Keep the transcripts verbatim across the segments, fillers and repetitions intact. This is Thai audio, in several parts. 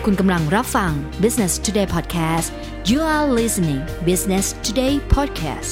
คุณกำลังรับฟัง Business Today Podcast You are listening Business Today Podcast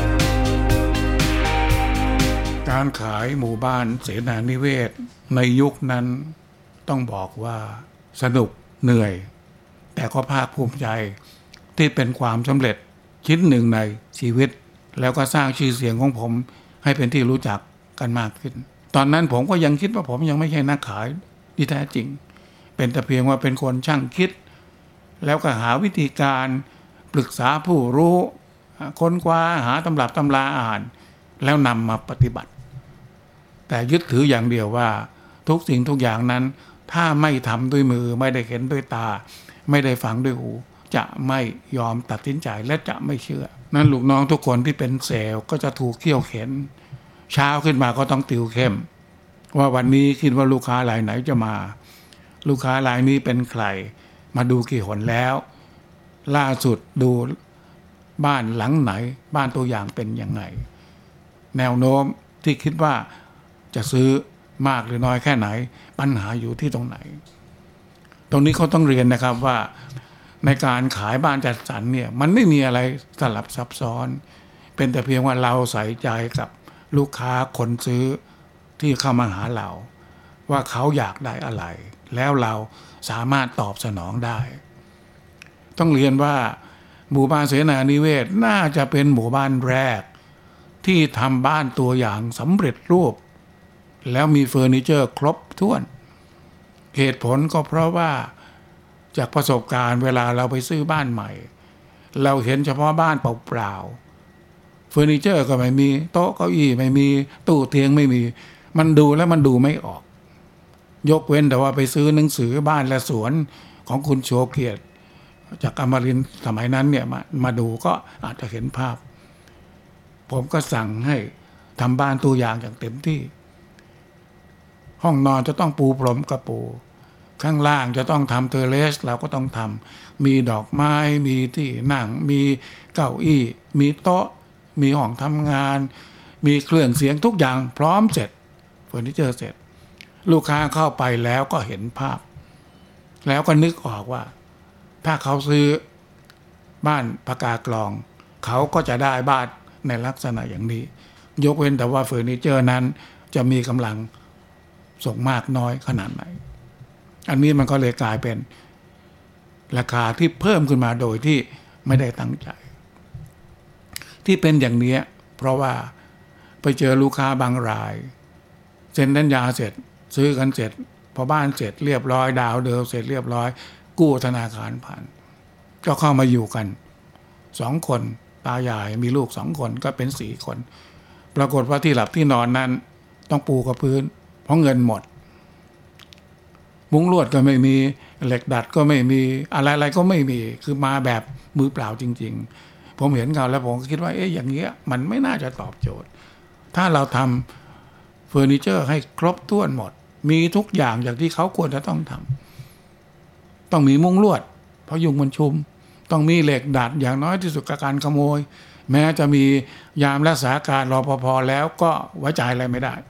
การขายหมู่บ้านเสนานิเวศในยุคนั้นต้องบอกว่าสนุกเหนื่อยแต่ก็ภาคภูมิใจที่เป็นความสำเร็จชิ้นหนึ่งในชีวิตแล้วก็สร้างชื่อเสียงของผมให้เป็นที่รู้จักกันมากขึ้นตอนนั้นผมก็ยังคิดว่าผมยังไม่ใช่นักขายที่แท้จริงเป็นแต่เพียงว่าเป็นคนช่างคิดแล้วก็หาวิธีการปรึกษาผู้รู้ค้นคว้าหาตำรับตำราอ่านแล้วนำมาปฏิบัติแต่ยึดถืออย่างเดียวว่าทุกสิ่งทุกอย่างนั้นถ้าไม่ทำด้วยมือไม่ได้เห็นด้วยตาไม่ได้ฟังด้วยหูจะไม่ยอมตัดสินใจและจะไม่เชื่อนั้นลูกน้องทุกคนที่เป็นเซลล์ก็จะถูกเขี่ยวเข็นเช้าขึ้นมาก็ต้องติวเข้มว่าวันนี้คิดว่าลูกค้ารายไหนจะมาลูกค้ารายนี้เป็นใครมาดูกี่หนแล้วล่าสุดดูบ้านหลังไหนบ้านตัวอย่างเป็นยังไงแนวโน้มที่คิดว่าจะซื้อมากหรือน้อยแค่ไหนปัญหาอยู่ที่ตรงไหนตรงนี้เขาต้องเรียนนะครับว่าในการขายบ้านจัดสรรเนี่ยมันไม่มีอะไรสลับซับซ้อนเป็นแต่เพียงว่าเราใส่ใจกับลูกค้าคนซื้อที่เข้ามาหาเราว่าเขาอยากได้อะไรแล้วเราสามารถตอบสนองได้ต้องเรียนว่าหมู่บ้านเสนานิเวศน่าจะเป็นหมู่บ้านแรกที่ทำบ้านตัวอย่างสำเร็จรูปแล้วมีเฟอร์นิเจอร์ครบถ้วนเหตุผลก็เพราะว่าจากประสบการณ์เวลาเราไปซื้อบ้านใหม่เราเห็นเฉพาะบ้านเปล่าๆเฟอร์นิเจอร์ก็ไม่มีโต๊ะเก้าอี้ไม่มีตู้เตียงไม่มีมันดูแล้วมันดูไม่ออกยกเว้นแต่ว่าไปซื้อหนังสือบ้านและสวนของคุณโชเกียรติจากอมรินทร์สมัยนั้นเนี่ยมามาดูก็อาจจะเห็นภาพผมก็สั่งให้ทำบ้านตัวอย่างอย่างเต็มที่ห้องนอนจะต้องปูพรมกระปูข้างล่างจะต้องทำเทอร์เลสเราก็ต้องทำมีดอกไม้มีที่นั่งมีเก้าอี้มีโต๊ะมีห้องทำงานมีเครื่องเสียงทุกอย่างพร้อมเสร็จเฟอร์นิเจอร์เสร็จลูกค้าเข้าไปแล้วก็เห็นภาพแล้วก็นึกออกว่าถ้าเขาซื้อบ้านปากากลองเขาก็จะได้บ้านในลักษณะอย่างนี้ยกเว้นแต่ว่าเฟอร์นิเจอร์นั้นจะมีกำลังส่งมากน้อยขนาดไหนอันนี้มันก็เลยกลายเป็นราคาที่เพิ่มขึ้นมาโดยที่ไม่ได้ตั้งใจที่เป็นอย่างนี้เพราะว่าไปเจอลูกค้าบางรายเซ็นสัญญาเสร็จซื้อกันเสร็จพอบ้านเสร็จเรียบร้อยดาวเดิมเสร็จเรียบร้อยกู้ธนาคารผ่านก็เข้ามาอยู่กันสองคนตายายมีลูกสองคนก็เป็นสี่คนปรากฏว่าที่หลับที่นอนนั้นต้องปูกับพื้นเพราะเงินหมดมุ้งลวดก็ไม่มีเหล็กดัดก็ไม่มีอะไรๆก็ไม่มีคือมาแบบมือเปล่าจริงๆผมเห็นเขาแล้วผมก็คิดว่าเอ๊ะอย่างเงี้ยมันไม่น่าจะตอบโจทย์ถ้าเราทำเฟอร์นิเจอร์ให้ครบถ้วนหมดมีทุกอย่างอย่างที่เขาควรจะต้องทำต้องมีมุ้งลวดเพราะยุงมันชุมต้องมีเหล็กดัดอย่างน้อยที่สุดกับการขโมยแม้จะมียามรักษาการรปภแล้วก็ไว้ใจอะไรไม่ได้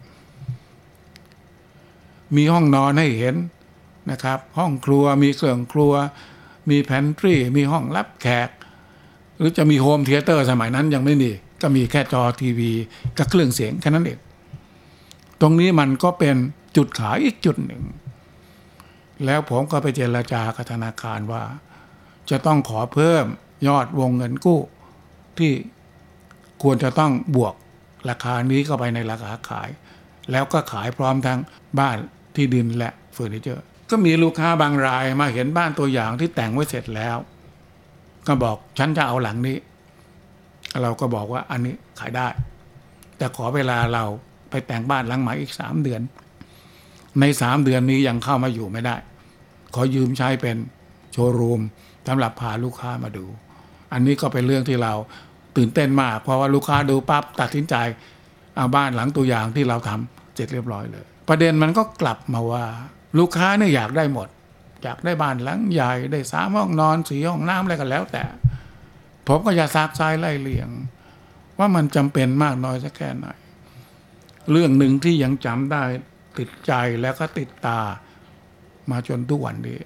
มีห้องนอนให้เห็นนะครับห้องครัวมีเครื่องครัวมีแพนทรีมีห้องรับแขกหรือจะมีโฮมเธียเตอร์สมัยนั้นยังไม่มีก็มีแค่จอทีวีกับเครื่องเสียงแค่นั้นเองตรงนี้มันก็เป็นจุดขายอีกจุดหนึ่งแล้วผมก็ไปเจรจากับธนาคารว่าจะต้องขอเพิ่มยอดวงเงินกู้ที่ควรจะต้องบวกราคานี้เข้าไปในราคาขายแล้วก็ขายพร้อมทั้งบ้านที่ดินและเฟอร์นิเจอร์ก็มีลูกค้าบางรายมาเห็นบ้านตัวอย่างที่แต่งไว้เสร็จแล้วก็บอกฉันจะเอาหลังนี้เราก็บอกว่าอันนี้ขายได้แต่ขอเวลาเราไปแต่งบ้านหลังใหม่อีกสามเดือนในสามเดือนนี้ยังเข้ามาอยู่ไม่ได้ขอยืมใช้เป็นโชว์รูมสำหรับพาลูกค้ามาดูอันนี้ก็เป็นเรื่องที่เราตื่นเต้นมากเพราะว่าลูกค้าดูปั๊บตัดสินใจเอาบ้านหลังตัวอย่างที่เราทำเสร็จเรียบร้อยเลยประเด็นมันก็กลับมาว่าลูกค้าเนี่ยอยากได้หมดอยากได้บ้านหลังใหญ่ได้สามห้องนอนสี่ห้องน้ำอะไรกันแล้วแต่ผมก็จะซักไซไล่เลียงว่ามันจำเป็นมากน้อยสักแค่ไหนเรื่องหนึ่งที่ยังจำได้ติดใจแล้วก็ติดตามาจนทุกวันนี้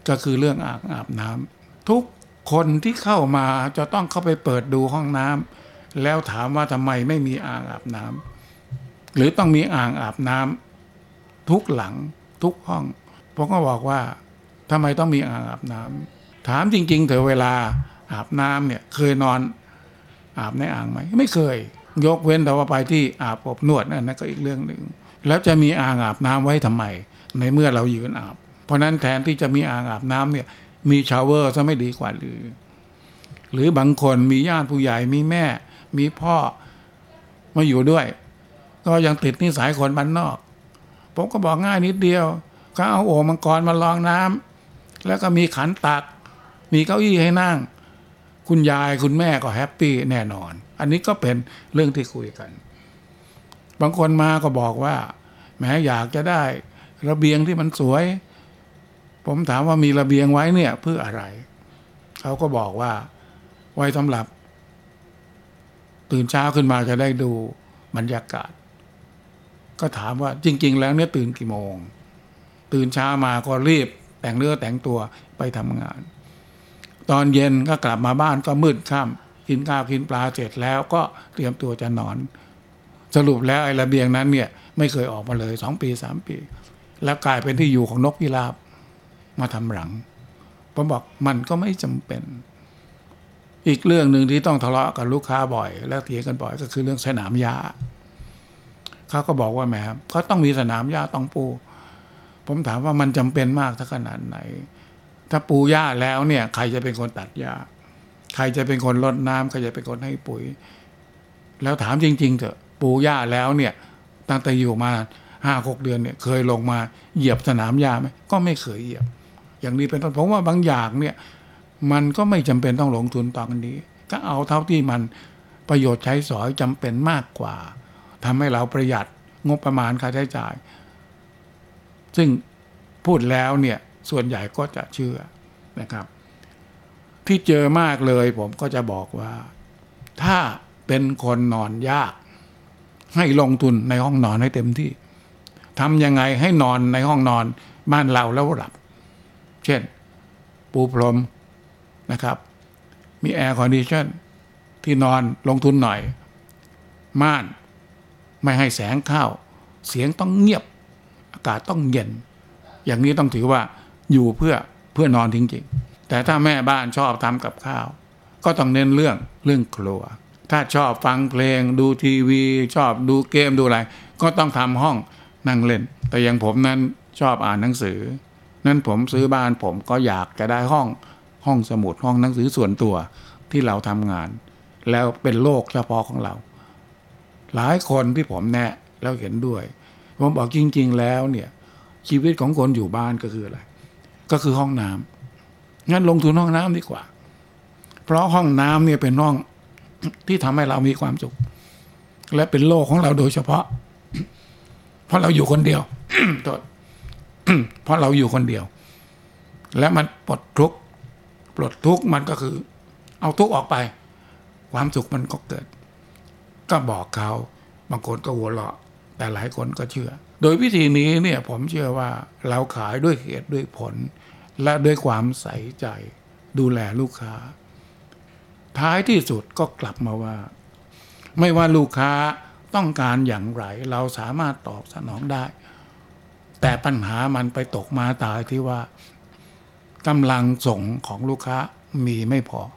ก็คือเรื่องอ่างอาบน้ำทุกคนที่เข้ามาจะต้องเข้าไปเปิดดูห้องน้ำแล้วถามว่าทำไมไม่มีอ่างอาบน้ำหรือต้องมีอ่างอาบน้ำทุกหลังทุกห้องผมก็บอกว่าทำไมต้องมีอ่างอาบน้ำถามจริงๆเถอะเวลาอาบน้ำเนี่ยเคยนอนอาบในอ่างไหมไม่เคยยกเว้นแต่ว่าไปที่อาบอบนวดนั่นก็อีกเรื่องหนึ่งแล้วจะมีอ่างอาบน้ำไว้ทำไมในเมื่อเรายืนอาบเพราะนั้นแทนที่จะมีอ่างอาบน้ำเนี่ยมีชาวเวอร์ซะไม่ดีกว่าหรือหรือบางคนมีญาติผู้ใหญ่มีแม่มีพ่อมาอยู่ด้วยก็ยังติดนิสัยคนบ้านนอกผมก็บอกง่ายนิดเดียวก็เอาโอ่งมังกรมาลองน้ำแล้วก็มีขันตักมีเก้าอี้ให้นั่งคุณยายคุณแม่ก็แฮปปี้แน่นอนอันนี้ก็เป็นเรื่องที่คุยกันบางคนมาก็บอกว่าแม้อยากจะได้ระเบียงที่มันสวยผมถามว่ามีระเบียงไว้เนี่ยเพื่ออะไรเขาก็บอกว่าไว้สำหรับตื่นเช้าขึ้นมาจะได้ดูบรรยากาศก็ถามว่าจริงๆแล้วเนี่ยตื่นกี่โมงตื่นเช้ามาก็รีบแต่งเนื้อแต่งตัวไปทำงานตอนเย็นก็กลับมาบ้านก็มืดค่ำกินข้าวกินปลาเสร็จแล้วก็เตรียมตัวจะนอนสรุปแล้วไอ้ระเบียงนั้นเนี่ยไม่เคยออกมาเลยสองปีสามปีแล้วกลายเป็นที่อยู่ของนกพิราบมาทำหลังผมบอกมันก็ไม่จำเป็นอีกเรื่องหนึ่งที่ต้องทะเลาะกับลูกค้าบ่อยและเถียงกันบ่อยก็คือเรื่องสนามหญ้าเขาก็บอกว่าแหมเขาต้องมีสนามหญ้าต้องปูผมถามว่ามันจำเป็นมากถ้าขนาดไหนถ้าปูหญ้าแล้วเนี่ยใครจะเป็นคนตัดหญ้าใครจะเป็นคนรดน้ำใครจะเป็นคนให้ปุ๋ยแล้วถามจริงๆเถอะปูหญ้าแล้วเนี่ยตั้งแต่อยู่มาห้าหกเดือนเนี่ยเคยลงมาเหยียบสนามหญ้าไหมก็ไม่เคยเหยียบอย่างนี้เป็นต้นผมว่าบางอย่างเนี่ยมันก็ไม่จำเป็นต้องลงทุนตอนนี้ก็เอาเท่าที่มันประโยชน์ใช้สอยจำเป็นมากกว่าทำให้เราประหยัดงบประมาณค่าใช้จ่ายซึ่งพูดแล้วเนี่ยส่วนใหญ่ก็จะเชื่อนะครับที่เจอมากเลยผมก็จะบอกว่าถ้าเป็นคนนอนยากให้ลงทุนในห้องนอนให้เต็มที่ทำยังไงให้นอนในห้องนอนบ้านเราแล้วหลับเช่นปูพรมนะครับมีแอร์คอนดิชันที่นอนลงทุนหน่อยม่านไม่ให้แสงเข้าเสียงต้องเงียบอากาศต้องเย็นอย่างนี้ต้องถือว่าอยู่เพื่อเพื่อนอนจริงๆแต่ถ้าแม่บ้านชอบทำกับข้าวก็ต้องเน้นเรื่องเรื่องครัวถ้าชอบฟังเพลงดูทีวีชอบดูเกมดูอะไรก็ต้องทำห้องนั่งเล่นแต่อย่างผมนั้นชอบอ่านหนังสือนั้นผมซื้อบ้านผมก็อยากจะได้ห้องห้องสมุดห้องหนังสือส่วนตัวที่เราทำงานแล้วเป็นโลกเฉพาะของเราหลายคนที่ผมแนะแล้วเห็นด้วยผมบอกจริงๆแล้วเนี่ยชีวิตของคนอยู่บ้านก็คืออะไรก็คือห้องน้ำงั้นลงทุนห้องน้ำดีกว่าเพราะห้องน้ำเนี่ยเป็นห้องที่ทำให้เรามีความสุขและเป็นโลกของเราโดยเฉพาะเพราะเราอยู่คนเดียว เพราะเราอยู่คนเดียวและมันปลดทุกข์ปลดทุกข์มันก็คือเอาทุกข์ออกไปความสุขมันก็เกิดก็บอกเขาบางคนก็หัวเราะแต่หลายคนก็เชื่อโดยวิธีนี้เนี่ยผมเชื่อว่าเราขายด้วยเหตุด้วยผลและด้วยความใส่ใจดูแลลูกค้าท้ายที่สุดก็กลับมาว่าไม่ว่าลูกค้าต้องการอย่างไรเราสามารถตอบสนองได้แต่ปัญหามันไปตกมาตายที่ว่ากำลังส่งของลูกค้ามีไม่พอ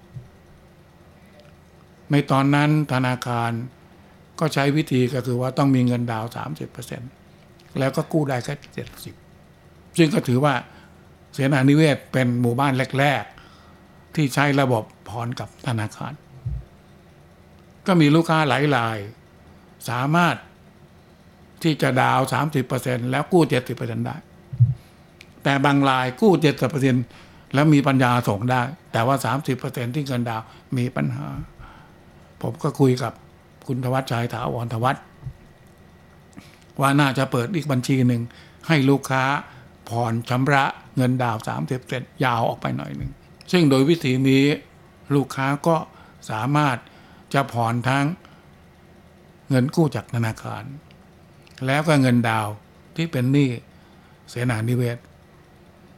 ในตอนนั้นธนาคารก็ใช้วิธีก็คือว่าต้องมีเงินดาวน์ สามสิบเปอร์เซ็นต์ แล้วก็กู้ได้แค่เจ็ดสิบซึ่งก็ถือว่าเสนานิเวศเป็นหมู่บ้านแรกๆที่ใช้ระบบผ่อนกับธนาคารก็มีลูกค้าหลายรายสามารถที่จะดาวน์ สามสิบเปอร์เซ็นต์ แล้วกู้ เจ็ดสิบเปอร์เซ็นต์ ได้แต่บางรายกู้ เจ็ดสิบเปอร์เซ็นต์ แล้วมีปัญญาส่งได้แต่ว่า สามสิบเปอร์เซ็นต์ ที่เงินดาวน์มีปัญหาผมก็คุยกับคุณธวัชชัยถาวรธวัฒน์ว่าน่าจะเปิดอีกบัญชีหนึ่งให้ลูกค้าผ่อนชำระเงินดาวน์ สามสิบเปอร์เซ็นต์ ยาวออกไปหน่อยหนึ่งซึ่งโดยวิธีนี้ลูกค้าก็สามารถจะผ่อนทั้งเงินกู้จากธนาคารแล้วก็เงินดาวน์ที่เป็นหนี้เสนานิเวศ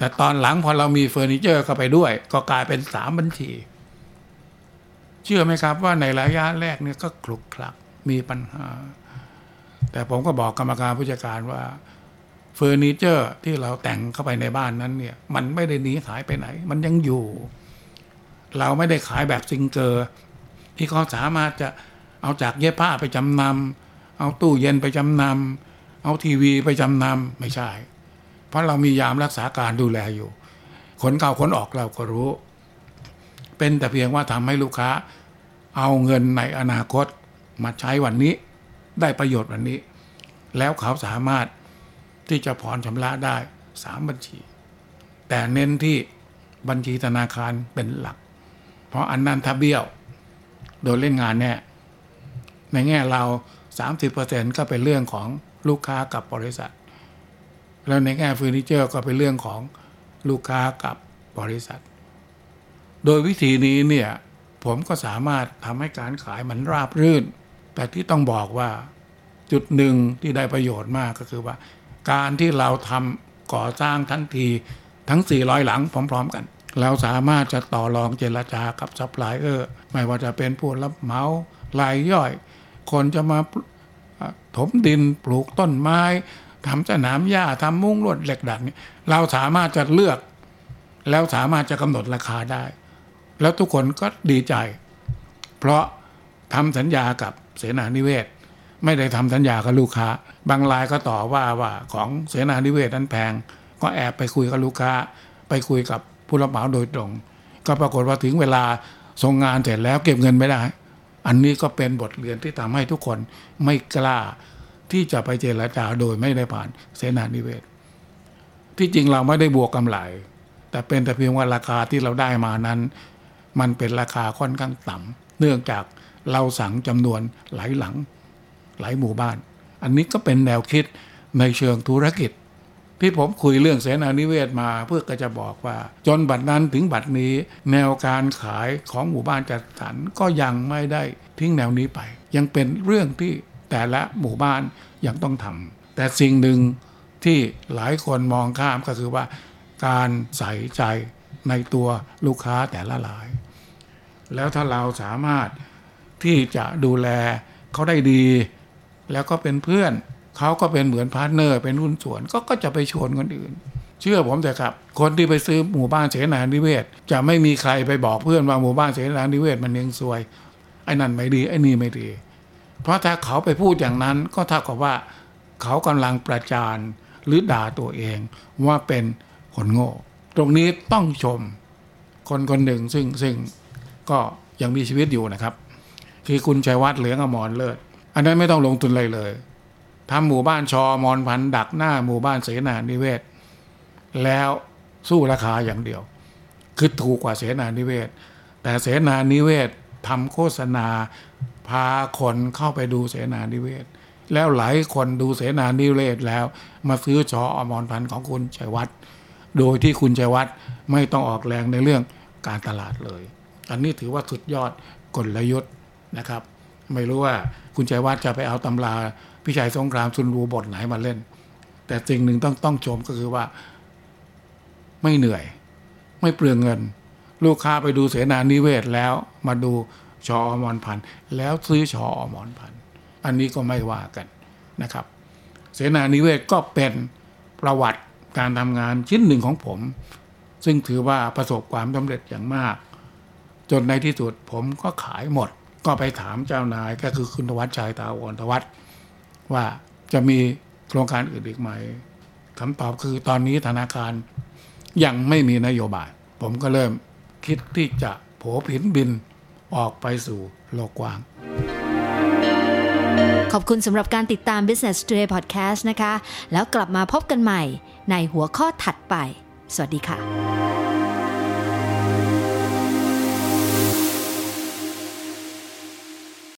แต่ตอนหลังพอเรามีเฟอร์นิเจอร์เข้าไปด้วยก็กลายเป็นสามบัญชีเชื่อไหมครับว่าในระยะแรกเนี่ยก็คลุกคลักมีปัญหาแต่ผมก็บอกกรรมการผู้จัดการว่าเฟอร์นิเจอร์ที่เราแต่งเข้าไปในบ้านนั้นเนี่ยมันไม่ได้หนีหายไปไหนมันยังอยู่เราไม่ได้ขายแบบซิงเกอร์ที่เขาสามารถจะเอาจากเย็บผ้าไปจำนำเอาตู้เย็นไปจำนำเอาทีวีไปจำนำไม่ใช่เพราะเรามียามรักษาการดูแลอยู่ขนเข้าขนออกเราก็รู้เป็นแต่เพียงว่าทำให้ลูกค้าเอาเงินในอนาคตมาใช้วันนี้ได้ประโยชน์วันนี้แล้วเขาสามารถที่จะผ่อนชำระได้สามบัญชีแต่เน้นที่บัญชีธนาคารเป็นหลักเพราะอันนั้นถ้าเบี้ยวโดนเล่นงานแน่ในแง่เรา สามสิบเปอร์เซ็นต์ ก็เป็นเรื่องของลูกค้ากับบริษัทแล้วในแง่เฟอร์นิเจอร์ก็เป็นเรื่องของลูกค้ากับบริษัทโดยวิธีนี้เนี่ยผมก็สามารถทำให้การขายมันราบรื่นแต่ที่ต้องบอกว่าจุดหนึ่งที่ได้ประโยชน์มากก็คือว่าการที่เราทำก่อสร้างทั้งทีทั้งสี่ร้อยหลังพร้อมๆกันเราสามารถจะต่อรองเจรจากับซัพพลายเออร์ไม่ว่าจะเป็นผู้รับเหมารายย่อยคนจะมาถมดินปลูกต้นไม้ทำสนามหญ้าทำมุ้งลวดเหล็กดัดเนี่ยเราสามารถจะเลือกแล้วสามารถจะกำหนดราคาได้แล้วทุกคนก็ดีใจเพราะทำสัญญากับเสนานิเวศไม่ได้ทำสัญญากับลูกค้าบางรายก็ต่อว่าว่าของเสนานิเวศนั้นแพงก็แอบไปคุยกับลูกค้าไปคุยกับผู้รับเหมาโดยตรงก็ปรากฏว่าถึงเวลาส่งงานเสร็จแล้วเก็บเงินไม่ได้อันนี้ก็เป็นบทเรียนที่ทำให้ทุกคนไม่กล้าที่จะไปเจรจาโดยไม่ได้ผ่านเสนานิเวศที่จริงเราไม่ได้บวกกำไรแต่เป็นแต่เพียงว่าราคาที่เราได้มานั้นมันเป็นราคาค่อนข้างต่ำเนื่องจากเราสั่งจำนวนหลายหลังหลายหมู่บ้านอันนี้ก็เป็นแนวคิดในเชิงธุรกิจที่ผมคุยเรื่องเสนานิเวศมาเพื่อก็จะบอกว่าจนบัดนั้นถึงบัดนี้แนวการขายของหมู่บ้านจัดสรรก็ยังไม่ได้ทิ้งแนวนี้ไปยังเป็นเรื่องที่แต่ละหมู่บ้านยังต้องทำแต่สิ่งหนึ่งที่หลายคนมองข้ามก็คือว่าการใส่ใจในตัวลูกค้าแต่ละรายแล้วถ้าเราสามารถที่จะดูแลเขาได้ดีแล้วก็เป็นเพื่อนเขาก็เป็นเหมือนพาร์ทเนอร์เป็นหุ้นส่วนก็ก็จะไปชวนคนอื่นเชื่อผมเถอะครับคนที่ไปซื้อหมู่บ้านเสนานิเวศจะไม่มีใครไปบอกเพื่อนว่าหมู่บ้านเสนานิเวศมันเฮงซวยไอ้นั่นไม่ดีไอ้นี่ไม่ดีเพราะถ้าเขาไปพูดอย่างนั้นก็เท่ากับว่าเขากำลังประจานหรือด่าตัวเองว่าเป็นคนโง่ตรงนี้ต้องชมคนคนหนึ่งซึ่งซึ่งก็ยังมีชีวิตอยู่นะครับคือคุณชัยวัฒน์เหลืองอมรเลิศอันนั้นไม่ต้องลงทุนอะไรเลยทำหมู่บ้านชอมรพันธุ์ดักหน้าหมู่บ้านเสนานิเวศแล้วสู้ราคาอย่างเดียวคือถูกกว่าเสนานิเวศแต่เสนานิเวศทำโฆษณาพาคนเข้าไปดูเสนานิเวศแล้วหลายคนดูเสนานิเวศแล้วมาซื้อชออมรพันธุ์ของคุณชัยวัฒน์โดยที่คุณชัยวัฒน์ไม่ต้องออกแรงในเรื่องการตลาดเลยอันนี้ถือว่าสุดยอดกลยุทธ์นะครับไม่รู้ว่าคุณชัยวัฒน์จะไปเอาตำราพิชัยสงครามซุนวูบทไหนมาเล่นแต่สิ่งหนึ่งต้องต้องชมก็คือว่าไม่เหนื่อยไม่เปลืองเงินลูกค้าไปดูเสนานิเวศแล้วมาดูชออมรพันธุ์แล้วซื้อชออมรพันธุ์อันนี้ก็ไม่ว่ากันนะครับเสนานิเวศก็เป็นประวัติการทำงานชิ้นหนึ่งของผมซึ่งถือว่าประสบความสำเร็จอย่างมากจนในที่สุดผมก็ขายหมดก็ไปถามเจ้านายก็คือคุณธวัชชัยถาวรธวัฒน์ว่าจะมีโครงการอื่นอีกไหมคำตอบคือตอนนี้ธนาคารยังไม่มีนโยบายผมก็เริ่มคิดที่จะโผผินบินออกไปสู่โลกกว้างขอบคุณสำหรับการติดตาม Business Today Podcast นะคะแล้วกลับมาพบกันใหม่ในหัวข้อถัดไปสวัสดีค่ะ